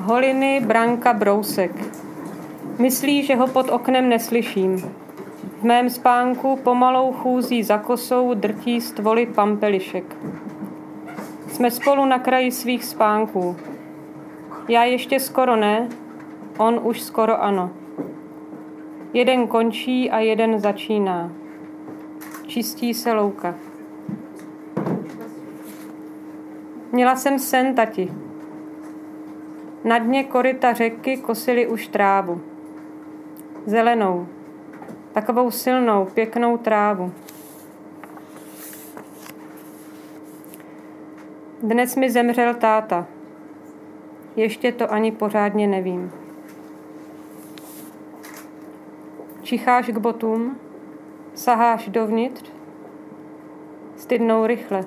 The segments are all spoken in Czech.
Holiny Branka Brousek. Myslí, že ho pod oknem neslyším. V mém spánku pomalou chůzí za kosou drtí stvoly pampelišek. Jsme spolu na kraji svých spánků. Já ještě skoro ne, on už skoro ano. Jeden končí a jeden začíná. Čistí se louka. Měla jsem sen, tati. Na dně koryta řeky kosili už trávu. Zelenou. Takovou silnou, pěknou trávu. Dnes mi zemřel táta. Ještě to ani pořádně nevím. Čicháš k botům? Saháš dovnitř? Stydnou rychle.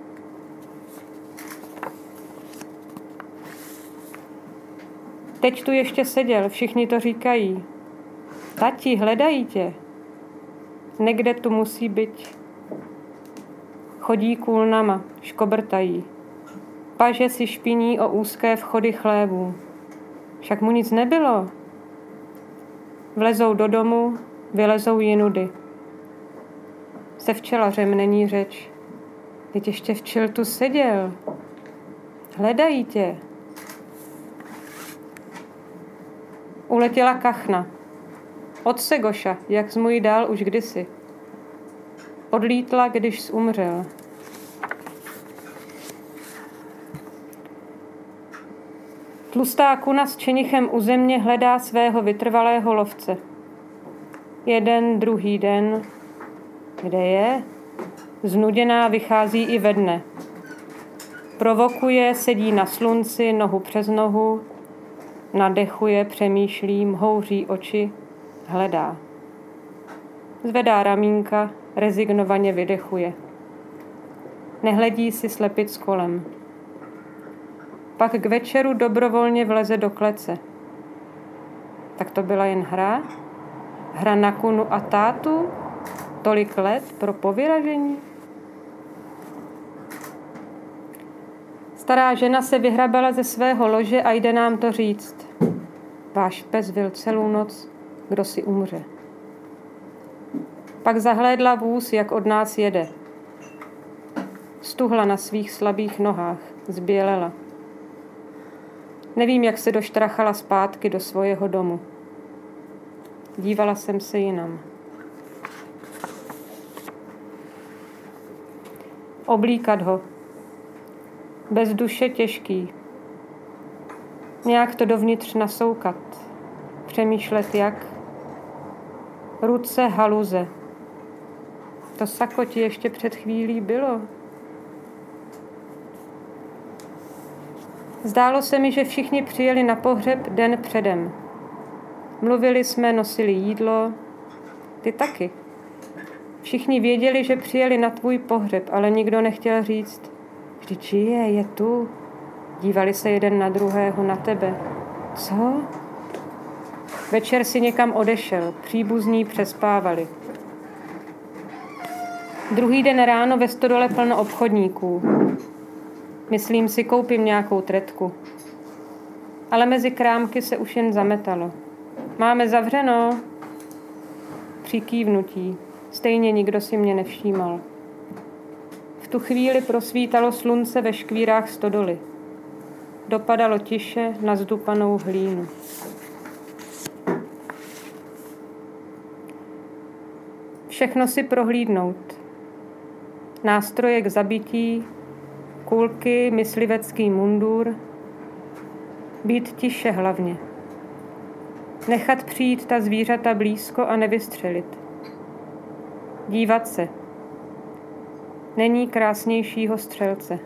Teď tu ještě seděl, všichni to říkají. Tati, hledají tě. Někde tu musí být. Chodí kůlnama, škobrtají. Paže si špiní o úzké vchody chlévů. Však mu nic nebylo. Vlezou do domu, vylezou jinudy. Se včelařem není řeč. Teď ještě včel tu seděl. Hledají tě. Uletěla kachna. Od Segoša, jak zmuji dál už kdysi. Odlítla, když umřel. Tlustá kuna s čenichem u země hledá svého vytrvalého lovce. Jeden, druhý den. Kde je? Znuděná vychází i ve dne. Provokuje, sedí na slunci, nohu přes nohu. Nadechuje, přemýšlí, mhouří oči, hledá. Zvedá ramínka, rezignovaně vydechuje. Nehledí si slepic kolem. Pak k večeru dobrovolně vleze do klece. Tak to byla jen hra? Hra na kunu a tátu? Tolik let pro povyražení? Stará žena se vyhrabala ze svého lože a jde nám to říct. Váš pes byl celou noc, kdo si umře. Pak zahlédla vůz, jak od nás jede. Stuhla na svých slabých nohách, zbělela. Nevím, jak se doštrachala zpátky do svého domu. Dívala jsem se jinam. Oblíkat ho. Bez duše těžký. Nějak to dovnitř nasoukat. Přemýšlet jak. Ruce haluze. To sako ti ještě před chvílí bylo. Zdálo se mi, že všichni přijeli na pohřeb den předem. Mluvili jsme, nosili jídlo. Ty taky. Všichni věděli, že přijeli na tvůj pohřeb, ale nikdo nechtěl říct. Vždyť je tu. Dívali se jeden na druhého, na tebe. Co? Večer si někam odešel, příbuzní přespávali. Druhý den ráno ve stodole plno obchodníků. Myslím si, koupím nějakou tretku. Ale mezi krámky se už jen zametalo. Máme zavřeno. Přikývnutí. Stejně nikdo si mě nevšímal. V tu chvíli prosvítalo slunce ve škvírách stodoly. Dopadalo tiše na zdupanou hlínu. Všechno si prohlídnout. Nástroje k zabití, kulky, myslivecký mundur. Být tiše hlavně. Nechat přijít ta zvířata blízko a nevystřelit. Dívat se. Není krásnějšího střelce.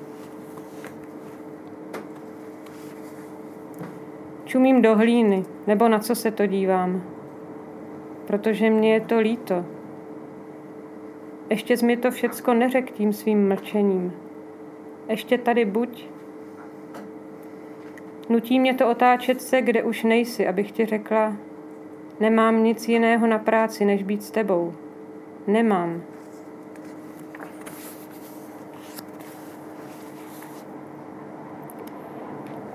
Čumím do hlíny, nebo na co se to dívám. Protože mě je to líto. Ještě jsi mi to všecko neřekl tím svým mlčením. Ještě tady buď. Nutí mě to otáčet se, kde už nejsi, abych ti řekla, nemám nic jiného na práci, než být s tebou. Nemám.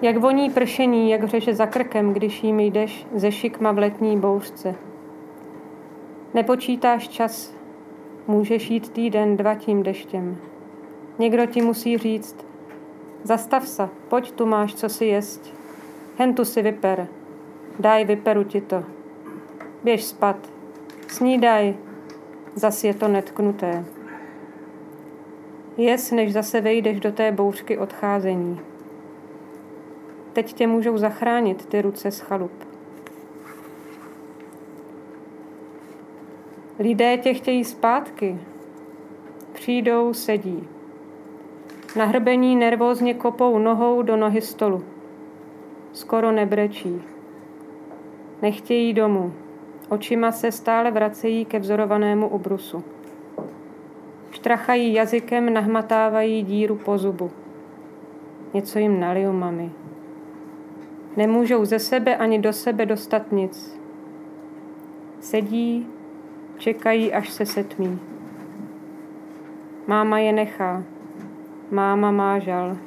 Jak voní pršení, jak řeže za krkem, když jim jdeš ze šikma v letní bouřce. Nepočítáš čas, můžeš jít týden, 2 tím deštěm. Někdo ti musí říct, zastav se, pojď, tu máš co si jest. Hen tu si vyper, daj, vyperu ti to. Běž spat, snídaj, zas je to netknuté. Jes, než zase vejdeš do té bouřky odcházení. Teď tě můžou zachránit ty ruce z chalup. Lidé tě chtějí zpátky. Přijdou, sedí. Na hrbení nervózně kopou nohou do nohy stolu. Skoro nebrečí. Nechtějí domů. Očima se stále vracejí ke vzorovanému ubrusu. Štrachají jazykem, nahmatávají díru po zubu. Něco jim naliju, mami. Nemůžou ze sebe ani do sebe dostat nic. Sedí, čekají, až se setmí. Máma je nechá. Máma má žal.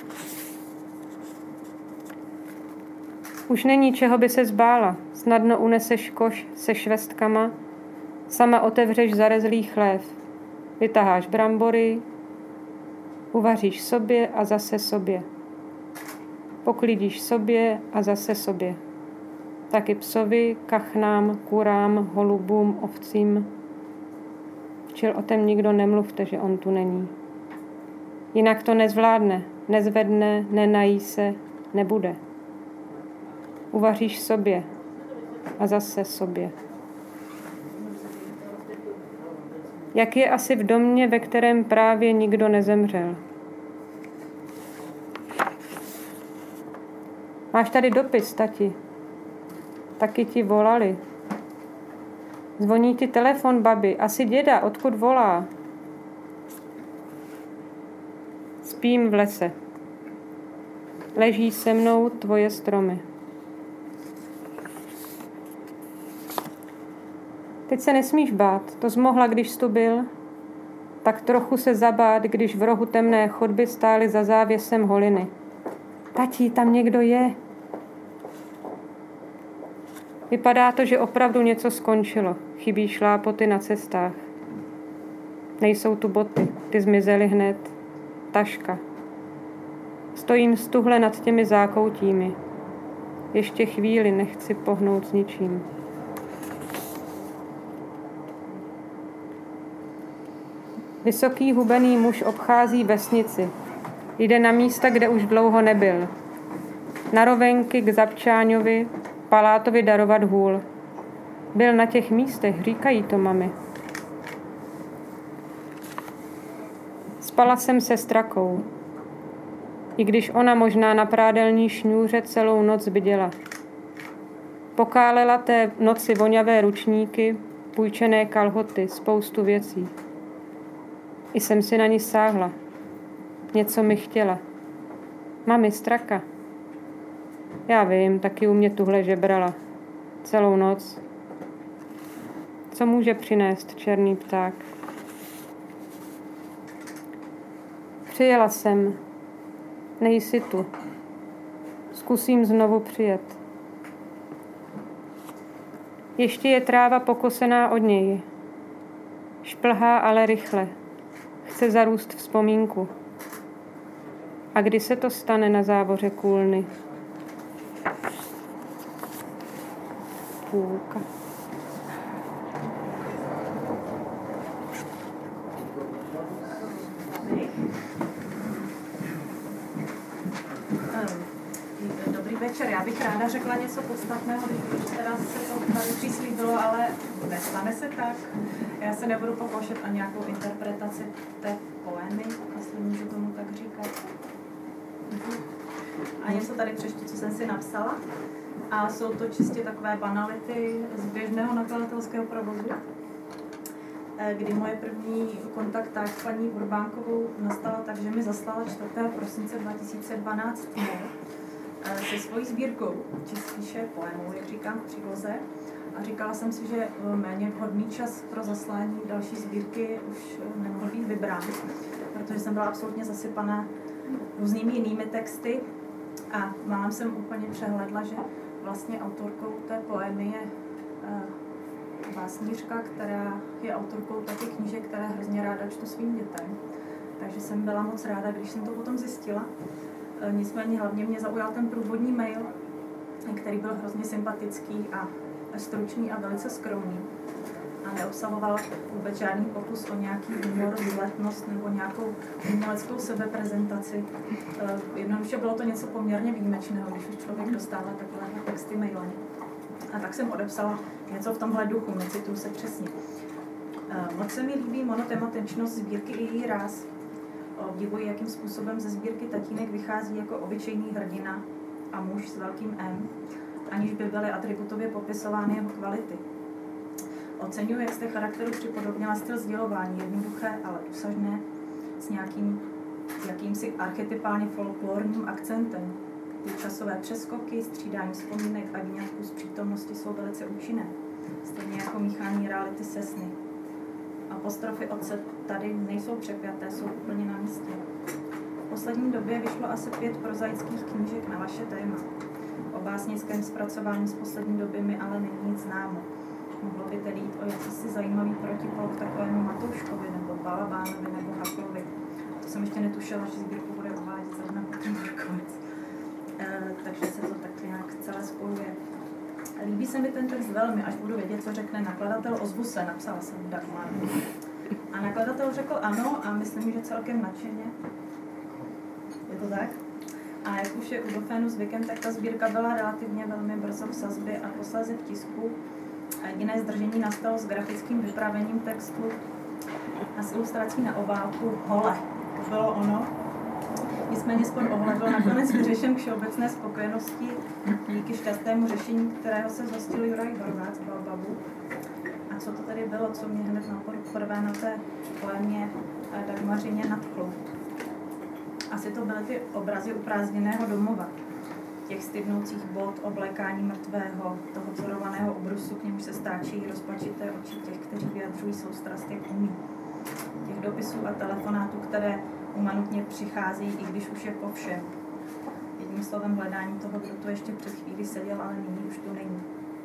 Už není čeho by se zbála. Snadno uneseš koš se švestkama, sama otevřeš zarezlý chlév. Vytaháš brambory, uvaříš sobě a zase sobě. Poklidíš sobě a zase sobě. Taky psovi, kachnám, kurám, holubům, ovcím. Čil o tom nikdo nemluvte, že on tu není. Jinak to nezvládne, nezvedne, nenají se, nebude. Uvaříš sobě a zase sobě. Jak je asi v domě, ve kterém právě nikdo nezemřel. Máš tady dopis, tati. Taky ti volali. Zvoní ti telefon, babi. Asi děda, odkud volá? Spím v lese. Leží se mnou tvoje stromy. Teď se nesmíš bát, to zmohla, když tu byl. Tak trochu se zabát, když v rohu temné chodby stály za závěsem holiny. Tati, tam někdo je. Vypadá to, že opravdu něco skončilo. Chybí šlápoty na cestách. Nejsou tu boty, ty zmizely hned. Taška. Stojím stuhle nad těmi zákoutími. Ještě chvíli nechci pohnout s ničím. Vysoký hubený muž obchází vesnici. Jde na místa, kde už dlouho nebyl. Na rovenky k Zabčáňovi, Palátovi darovat hůl. Byl na těch místech, říkají to mami. Spala jsem se Strakou. I když ona možná na prádelní šňůře celou noc bděla. Pokálela té noci voňavé ručníky, půjčené kalhoty, spoustu věcí. I jsem si na ní sáhla. Něco mi chtěla. Mami, Straka. Já vím, taky u mě tuhle žebrala. Celou noc. Co může přinést černý pták? Přijela jsem. Nejsi tu. Zkusím znovu přijet. Ještě je tráva pokosená od něj. Šplhá, ale rychle. Chce zarůst vzpomínku. A kdy se to stane na závoře Kůlny? Půlka. Dobrý večer, já bych ráda řekla něco podstatného, když teda se to tady přislíbilo, ale nestane se tak. Já se nebudu pokoušet o nějakou interpretaci té poémy, jestli můžu tomu tak říkat. A něco tady přečtu, co jsem si napsala. A jsou to čistě takové banality z běžného nakladatelského provozu, kdy moje první kontakt s paní Urbánkovou nastala tak, že mi zaslala 4. prosince 2012 se svojí sbírkou, či spíše poémou, jak říkám, v příloze. A říkala jsem si, že méně vhodný čas pro zaslání další sbírky už nemohl být vybrán, protože jsem byla absolutně zasypaná různými jinými texty. A málem jsem úplně přehlédla, že vlastně autorkou té poemy je básnířka, která je autorkou taky knížek, které hrozně ráda čtu svým dětem. Takže jsem byla moc ráda, když jsem to potom zjistila. Nicméně hlavně mě zaujal ten průvodní mail, který byl hrozně sympatický a stručný a velice skromný. A neobsahoval vůbec žádný pokus o nějaký humor, výletnost nebo nějakou uměleckou sebeprezentaci. Jednoduše bylo to něco poměrně výjimečného, když už člověk dostává takové texty mailem. A tak jsem odepsala něco v tomhle duchu, necituju se přesně. Moc se mi líbí monotematičnost sbírky i její ráz. Obdivuji, jakým způsobem ze sbírky Tatínek vychází jako obyčejný hrdina a muž s velkým M, aniž by byly atributově popisovány jeho kvality. Oceňuji, jak jste charakteru připodobnila styl sdělování, jednoduché, ale dosažné, s nějakým jakýmsi archetypálně folklorním akcentem. Ty časové přeskoky, střídání vzpomínek a výňatků z přítomnosti jsou velice účinné, stejně jako míchání reality se sny. Apostrofy otce tady nejsou přepjaté, jsou úplně na místě. V poslední době vyšlo asi 5 prozaických knížek na vaše téma. O básnickém zpracování z poslední doby mi ale není nic známo. Mohlo by tedy jít o jakýsi zajímavý protipol k takovému Matouškovi, nebo Balabánovi, nebo Haklovi. To jsem ještě netušila, že sbírku bude uvádět zrovna Petr Markovec. Takže se to tak nějak celé spojuje. Líbí se mi ten text velmi, až budu vědět, co řekne nakladatel, ozvu se, napsala jsem Dagmar. A nakladatel řekl ano a myslím, že celkem nadšeně. Je to tak? A jak už je u Dofénu zvykem, tak ta sbírka byla relativně velmi brzo v sazbě a posléze v tisku. A jediné zdržení nastalo s grafickým vypravením textu a s ilustrací na obálku Hole. To bylo ono. Nicméně spod ohled byl nakonec vyřešen k všeobecné spokojenosti díky šťastnému řešení, kterého se zhostil Juraj Horváth z Baobabu. A co to tedy bylo, co mě hned poprvé na té poemě Dagmařině nadchlo? Asi to byly ty obrazy uprázdněného domova. Těch stydnoucích bod, oblékání mrtvého, toho vzorovaného obrusu, k němuž se stáčí rozpačité oči těch, kteří vyjadřují soustrast, jak umí. Těch dopisů a telefonátů, které umanutně přicházejí, i když už je po všem. Jedním slovem hledání toho, kdo tu ještě před chvíli seděl, ale nyní už tu není.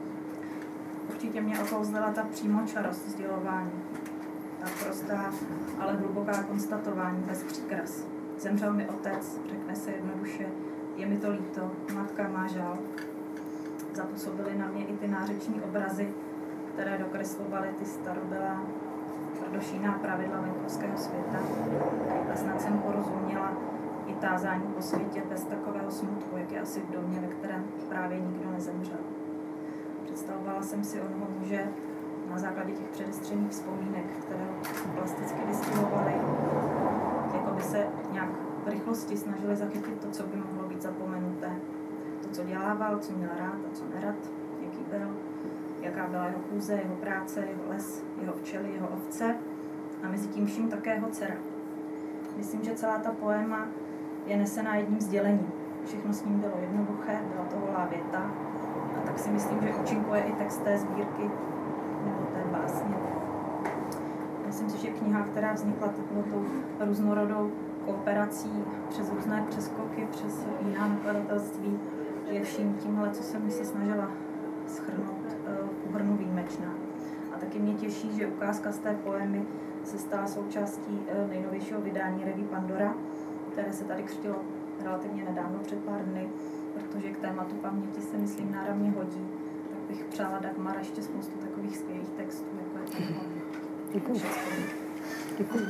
Určitě mě okouzlila ta přímočarost sdělování. Ta prostá, ale hluboká konstatování bez příkras. Zemřel mi otec, řekne se jednoduše, je mi to líto, matka má žal. Zapůsobily na mě i ty nářeční obrazy, které dokreslovaly ty starobylá, tvrdošíná pravidla venkovského světa. A snad jsem porozuměla i tázání po světě bez takového smutku, jak je asi v domě, ve kterém právě nikdo nezemřel. Představovala jsem si onoho muže na základě těch předestřených vzpomínek, které ho plasticky vystilovaly, jako by se nějak v rychlosti snažili zachytit to, co by mohlo být zapomenuté. To, co dělával, co měl rád a co nerad, jaký byl, jaká byla jeho chůze, jeho práce, jeho les, jeho včely, jeho ovce a mezi tím vším také jeho dcera. Myslím, že celá ta poéma je nesená jedním sdělením. Všechno s ním bylo jednoduché, byla to holá věta a tak si myslím, že účinkuje i text té sbírky nebo té básně. Myslím si, že kniha, která vznikla takovou různorodou kooperací přes různé přeskoky, přes jiná nakladatelství, je vším tímhle, co jsem se snažila shrnout, uhrnu výjimečná. A taky mě těší, že ukázka z té poemy se stala součástí nejnovějšího vydání Revue Pandora, které se tady křtilo relativně nedávno, před pár dny, protože k tématu paměti se, myslím, náramně hodí. Tak bych přála Dagmar ještě spoustu takových skvělých textů, jako je tohle. Děkuji. Děkuji.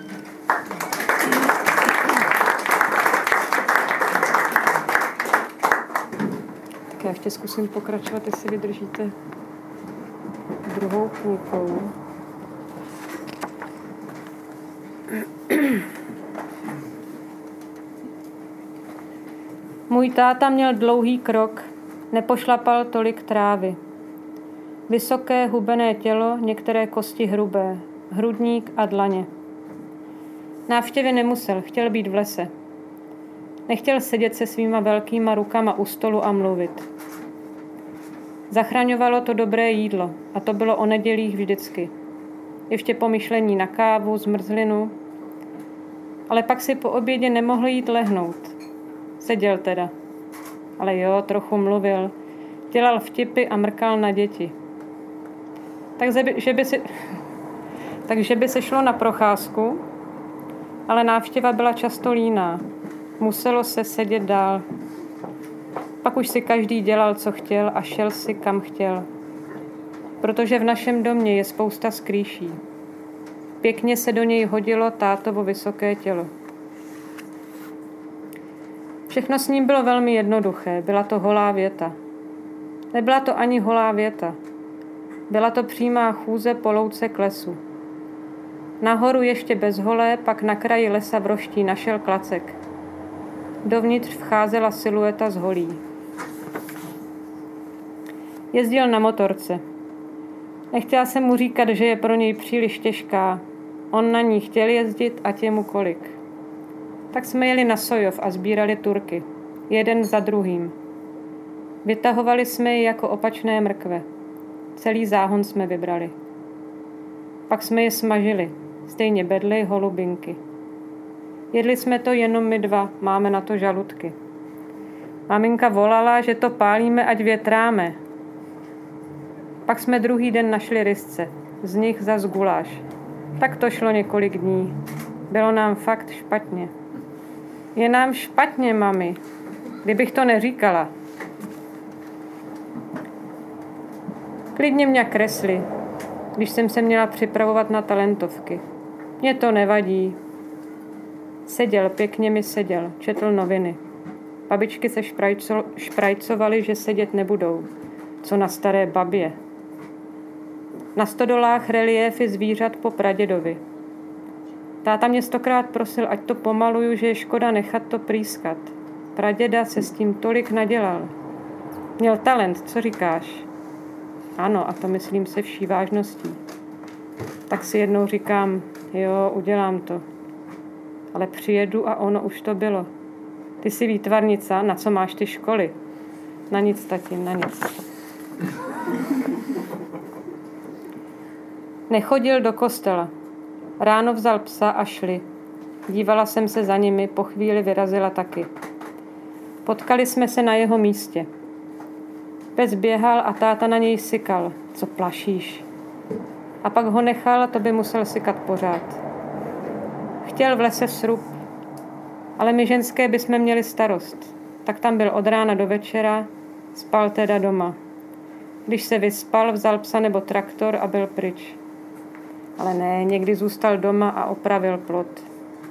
Tak já ještě zkusím pokračovat, jestli vydržíte druhou půlkou. Můj táta měl dlouhý krok, nepošlapal tolik trávy. Vysoké hubené tělo, některé kosti hrubé, hrudník a dlaně. Návštěvy nemusel, chtěl být v lese. Nechtěl sedět se svýma velkýma rukama u stolu a mluvit. Zachraňovalo to dobré jídlo a to bylo o nedělích vždycky. Ještě pomyšlení na kávu, zmrzlinu. Ale pak si po obědě nemohl jít lehnout. Seděl teda. Ale jo, trochu mluvil. Dělal vtipy a mrkal na děti. Takže by se šlo na procházku, ale návštěva byla často líná. Muselo se sedět dál. Pak už si každý dělal, co chtěl a šel si, kam chtěl. Protože v našem domě je spousta skrýší. Pěkně se do něj hodilo tátovo vysoké tělo. Všechno s ním bylo velmi jednoduché. Byla to holá věta. Nebyla to ani holá věta. Byla to přímá chůze po louce k lesu. Nahoru ještě bez holé, pak na kraji lesa v roští našel klacek. Dovnitř vcházela silueta z holí. Jezdil na motorce. Nechtěla jsem mu říkat, že je pro něj příliš těžká. On na ní chtěl jezdit, ať je mu kolik. Tak jsme jeli na Sojov a sbírali turky. Jeden za druhým. Vytahovali jsme je jako opačné mrkve. Celý záhon jsme vybrali. Pak jsme je smažili. Stejně bedly, holubinky. Jedli jsme to jenom my dva, máme na to žaludky. Maminka volala, že to pálíme, ať větráme. Pak jsme druhý den našli rysce. Z nich zas guláš. Tak to šlo několik dní. Bylo nám fakt špatně. Je nám špatně, mami. Kdybych to neříkala. Klidně mě kresli, když jsem se měla připravovat na talentovky. Mně to nevadí. Seděl, pěkně mi seděl, četl noviny. Babičky se šprajcovaly, že sedět nebudou. Co na staré babě. Na stodolách reliéfy zvířat po pradědovi. Táta mě 100krát prosil, ať to pomaluju, že je škoda nechat to prýskat. Praděda se s tím tolik nadělal. Měl talent, co říkáš? Ano, a to myslím se vší vážností. Tak si jednou říkám, jo, udělám to. Ale přijedu a ono už to bylo. Ty jsi výtvarnica, na co máš ty školy? Na nic, tati, na nic. Nechodil do kostela. Ráno vzal psa a šli. Dívala jsem se za nimi, po chvíli vyrazila taky. Potkali jsme se na jeho místě. Pes běhal a táta na něj sykal. Co plašíš? A pak ho nechal, to by musel sykat pořád. Chtěl v lese srub, ale my ženské bychom měli starost. Tak tam byl od rána do večera, spal teda doma. Když se vyspal, vzal psa nebo traktor a byl pryč. Ale ne, někdy zůstal doma a opravil plot.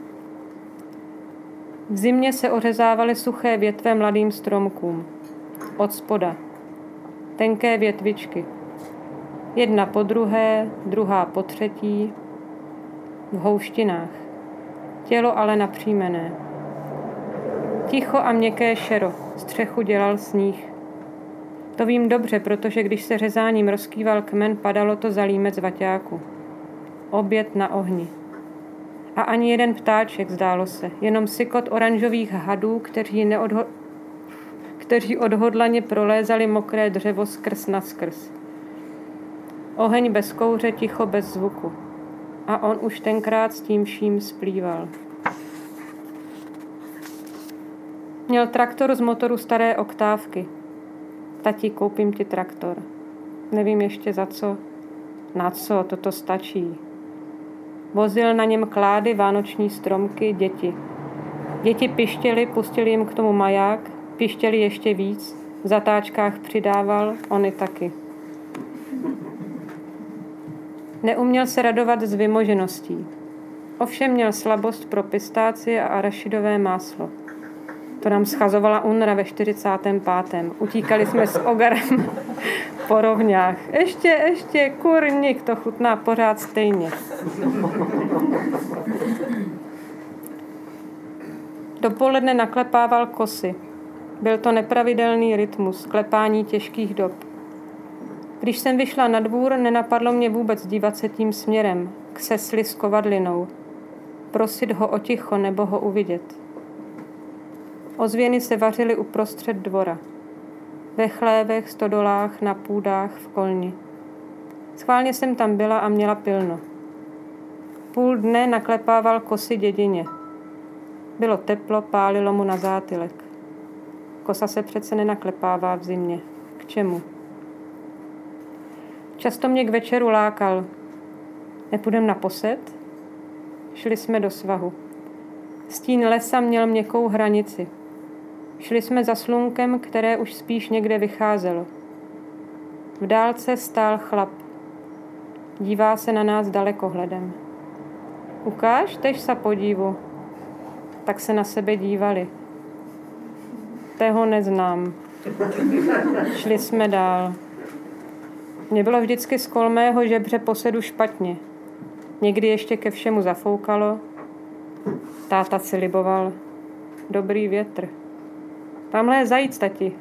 V zimě se ořezávaly suché větve mladým stromkům. Od spoda. Tenké větvičky. Jedna po druhé, druhá po třetí. V houštinách. Tělo ale napřímené. Ticho a měkké šero. Střechu dělal sníh. To vím dobře, protože když se řezáním rozkýval kmen, padalo to za límec vaťáku. Oběd na ohni. A ani jeden ptáček, zdálo se. Jenom sykot oranžových hadů, kteří odhodlaně prolézali mokré dřevo skrz na skrz. Oheň bez kouře, ticho bez zvuku. A on už tenkrát s tím vším splýval. Měl traktor z motoru staré oktávky. Tati, koupím ti traktor. Nevím ještě za co. Na co, toto stačí. Vozil na něm klády, vánoční stromky, děti. Děti pištěly, pustili jim k tomu maják, pištěli ještě víc, v zatáčkách přidával, oni taky. Neuměl se radovat z vymožeností. Ovšem měl slabost pro pistácie a arašidové máslo. To nám schazovala UNRA ve 45. Utíkali jsme s ogarem po rovňách. Ještě, kurník, to chutná pořád stejně. Dopoledne naklepával kosy. Byl to nepravidelný rytmus, klepání těžkých dob. Když jsem vyšla na dvůr, nenapadlo mě vůbec dívat se tím směrem, k sesli s kovadlinou. Prosit ho o ticho nebo ho uvidět. Ozvěny se vařily uprostřed dvora. Ve chlévech, stodolách, na půdách, v kolni. Schválně jsem tam byla a měla pilno. Půl dne naklepával kosy dědině. Bylo teplo, pálilo mu na zátylek. Kosa se přece nenaklepává v zimě. K čemu? Často mě k večeru lákal. Nepůjdem na posed? Šli jsme do svahu. Stín lesa měl měkkou hranici. Šli jsme za slunkem, které už spíš někde vycházelo. V dálce stál chlap. Dívá se na nás dalekohledem. Ukáž, tež sa podívu. Tak se na sebe dívali. Tého neznám. Šli jsme dál. Mně bylo vždycky z kolmého žebře posedu špatně. Někdy ještě ke všemu zafoukalo. Táta si liboval. Dobrý větr. Tamhle je zajíc, tati.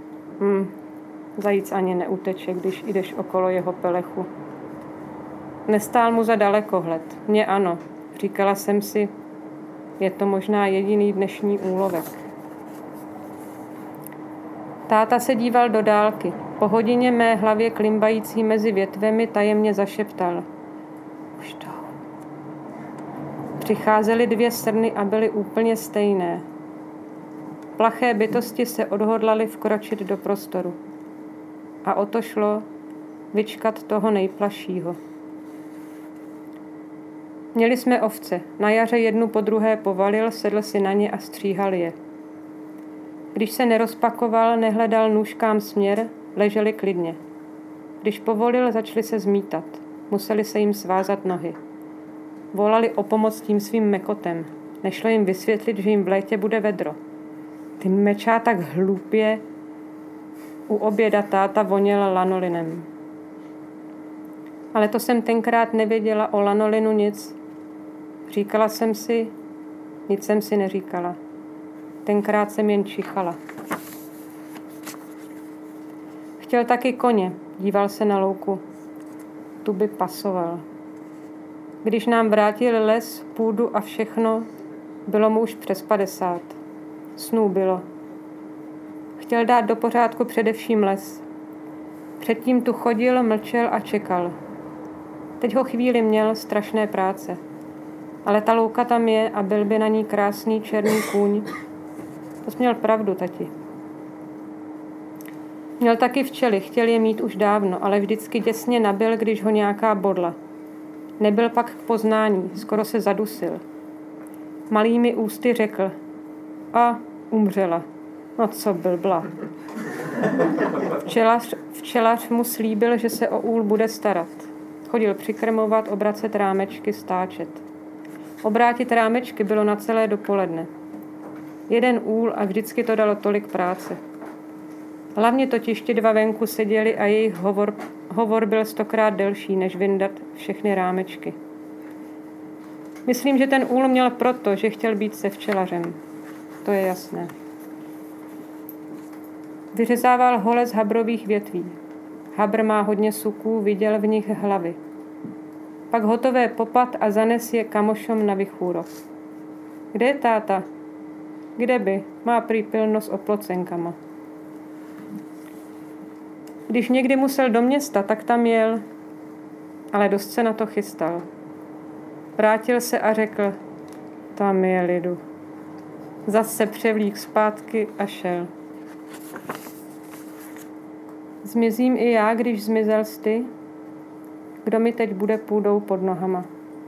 Zajíc ani neuteče, když jdeš okolo jeho pelechu. Nestál mu za dalekohled. Mně ano. Říkala jsem si, je to možná jediný dnešní úlovek. Táta se díval do dálky. Po hodině mé hlavě klimbající mezi větvemi tajemně zašeptal. Už to. Přicházely 2 srny a byly úplně stejné. Plaché bytosti se odhodlaly vkročit do prostoru. A o to šlo vyčkat toho nejplašího. Měli jsme ovce. Na jaře jednu po druhé povalil, sedl si na ně a stříhal je. Když se nerozpakoval, nehledal nůžkám směr, leželi klidně. Když povolil, začali se zmítat. Museli se jim svázat nohy. Volali o pomoc tím svým mekotem. Nešlo jim vysvětlit, že jim v létě bude vedro. Ty mečá tak hloupě. U oběda táta voněl lanolinem. Ale to jsem tenkrát nevěděla o lanolinu nic. Říkala jsem si, nic jsem si neříkala. Tenkrát jsem jen čichala. Chtěl taky koně, díval se na louku. Tu by pasoval. Když nám vrátili les, půdu a všechno, bylo mu už přes 50. Snů bylo. Chtěl dát do pořádku především les. Předtím tu chodil, mlčel a čekal. Teď ho chvíli měl strašné práce. Ale ta louka tam je a byl by na ní krásný černý kůň. To jsi měl pravdu, tati. Měl taky včely, chtěl je mít už dávno, ale vždycky děsně nabil, když ho nějaká bodla. Nebyl pak k poznání, skoro se zadusil. Malými ústy řekl, a umřela. No co blbla. Včelař mu slíbil, že se o úl bude starat. Chodil přikrmovat, obracet rámečky, stáčet. Obrátit rámečky bylo na celé dopoledne. 1 úl a vždycky to dalo tolik práce. Hlavně totiž ti 2 venku seděli a jejich hovor byl 100krát delší, než vyndat všechny rámečky. Myslím, že ten úl měl proto, že chtěl být se včelařem. To je jasné. Vyřezával hole z habrových větví. Habr má hodně suků, viděl v nich hlavy. Pak hotové popat a zanes je kamošom na vychůrok. Kde je táta? Kde by? Má prý pilno s oplocenkama. Když někdy musel do města, tak tam jel, ale dost se na to chystal. Vrátil se a řekl, tam je lidu. Zase převlík zpátky a šel. Zmizím i já, když zmizel jsi ty? Kdo mi teď bude půdou pod nohama?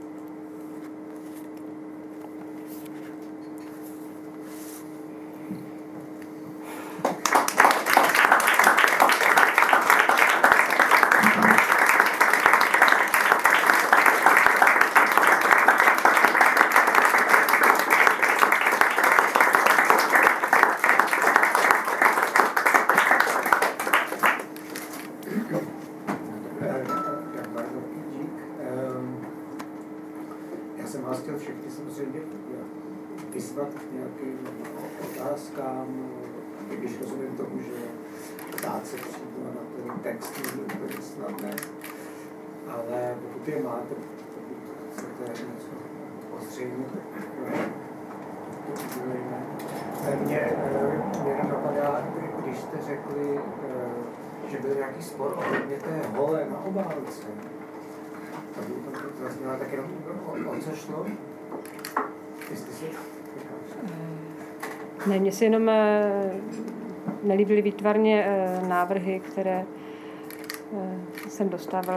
Vyzvat k nějakým otázkám, když rozumím tomu, že ptát se přímo na ten text není úplně snadné, ale pokud je máte, pokud chcete něco ozřejmit, tak to udělejme. Mě napadá, když jste řekli, že byl nějaký spor ohledně té hole na obálce. To zazněla tak jenom o co šlo? Ne, mně se jenom nelíbily výtvarně návrhy, které jsem dostávala.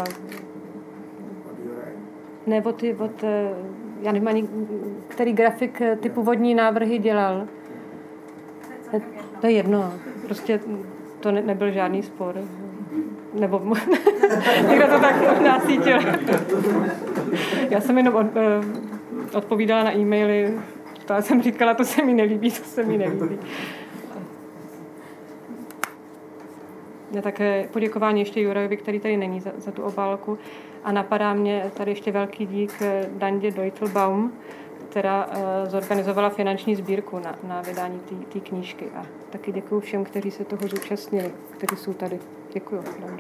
Ne, já nevím ani, který grafik ty původní návrhy dělal. To je jedno, prostě to nebyl žádný spor. Nebo někdo to tak násítil. Já jsem jenom odpovídala na e-maily, já jsem říkala, to se mi nelíbí, to se mi nelíbí. Já také poděkování ještě Jurajovi, který tady není za tu obálku. A napadá mě tady ještě velký dík Dandě Deutelbaum, která zorganizovala finanční sbírku na vydání té knížky. A taky děkuju všem, kteří se toho zúčastnili, kteří jsou tady. Děkuju, Dando.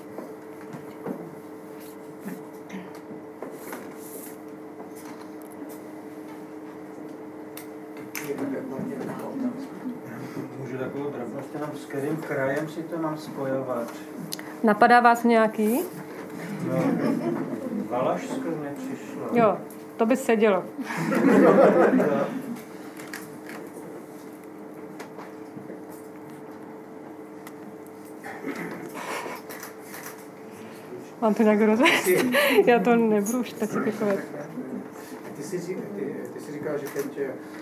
Můžu takovou drobnost jenom s kterým krajem si to mám spojovat? Napadá vás nějaký? No, Valašsko nepřišlo. Jo, to by sedělo. Mám to nějak rozvést? Já to nebudu už specifikovat. Ty jsi říkala, že teď,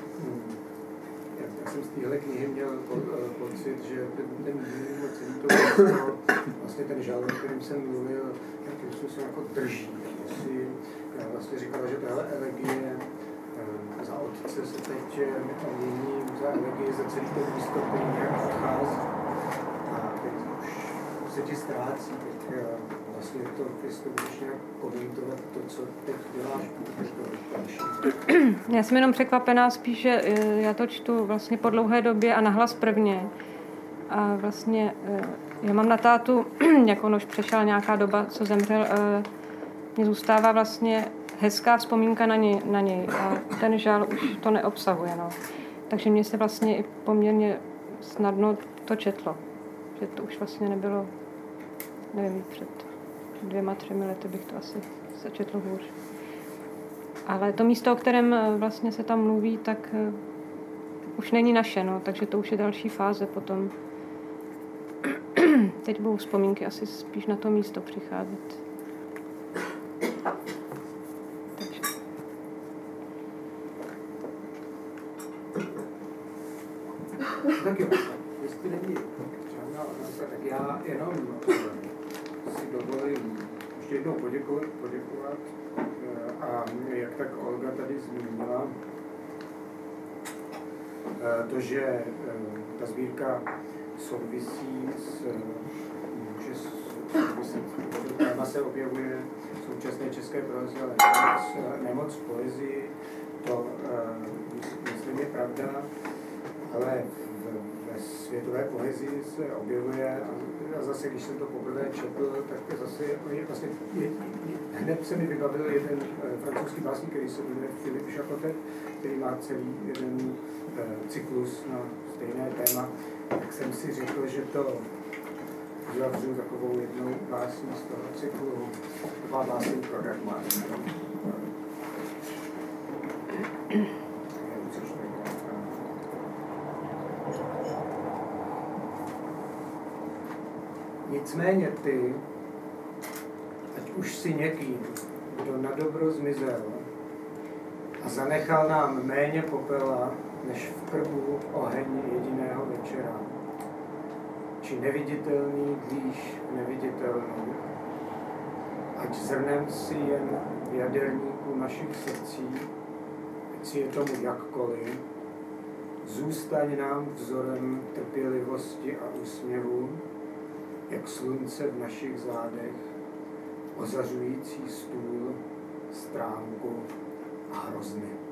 já jsem z téhle knihy měl pocit, že ten celý to vlastně ten žánr, o kterým jsem mluvil, jakým způsobem jako drží. Jsi vlastně říkala, že tahle elegie za otce se teď mění za elegii za celý to místo, který nějak odchází. A teď už se ti ztrácí. Teď vlastně to skutečně nějak komentovat to, co teď děláš, protože to další. Já jsem jenom překvapená spíš, že já to čtu vlastně po dlouhé době a nahlas prvně. A vlastně já mám na tátu, jak on už přešel nějaká doba, co zemřel, mě zůstává vlastně hezká vzpomínka na něj a ten žál už to neobsahuje. No. Takže mě se vlastně i poměrně snadno to četlo. Že to už vlastně nebylo, nevím, před 2-3 lety bych to asi se četlo hůř. Ale to místo, o kterém vlastně se tam mluví, tak už není naše, no, takže to už je další fáze potom. Teď budou vzpomínky asi spíš na to místo přicházet. Takže. Tak jo, jestli není žádná otázka, tak já jenom si dovolím ještě jednou poděkovat. A jak tak Olga tady zmínila, to, že ta sbírka souvisí téma se objevuje v současné české proze, ale nemoc v poezii, to myslím je pravda, ale ve světové poezii se objevuje a zase, když jsem to poprvé četl, tak zase vlastně hned se mi vybavil jeden francouzský básník, který se jmenuje Philippe Chapotet, který má celý jeden cyklus na stejné téma, tak jsem si řekl, že to uzavřu takovou jednou básní z toho cyklu. Taková básní pro Dagmar. Nicméně ty, ať už si někým, kdo na dobro zmizel a zanechal nám méně popela, než v krbu oheň jediného večera, či neviditelný blíž neviditelný, ať zrnem si jen v jaderníku našich srdcí, ať si je tomu jakkoliv, zůstaň nám vzorem trpělivosti a úsměvu, jak slunce v našich zádech, ozařující stůl, stránku a hrozny.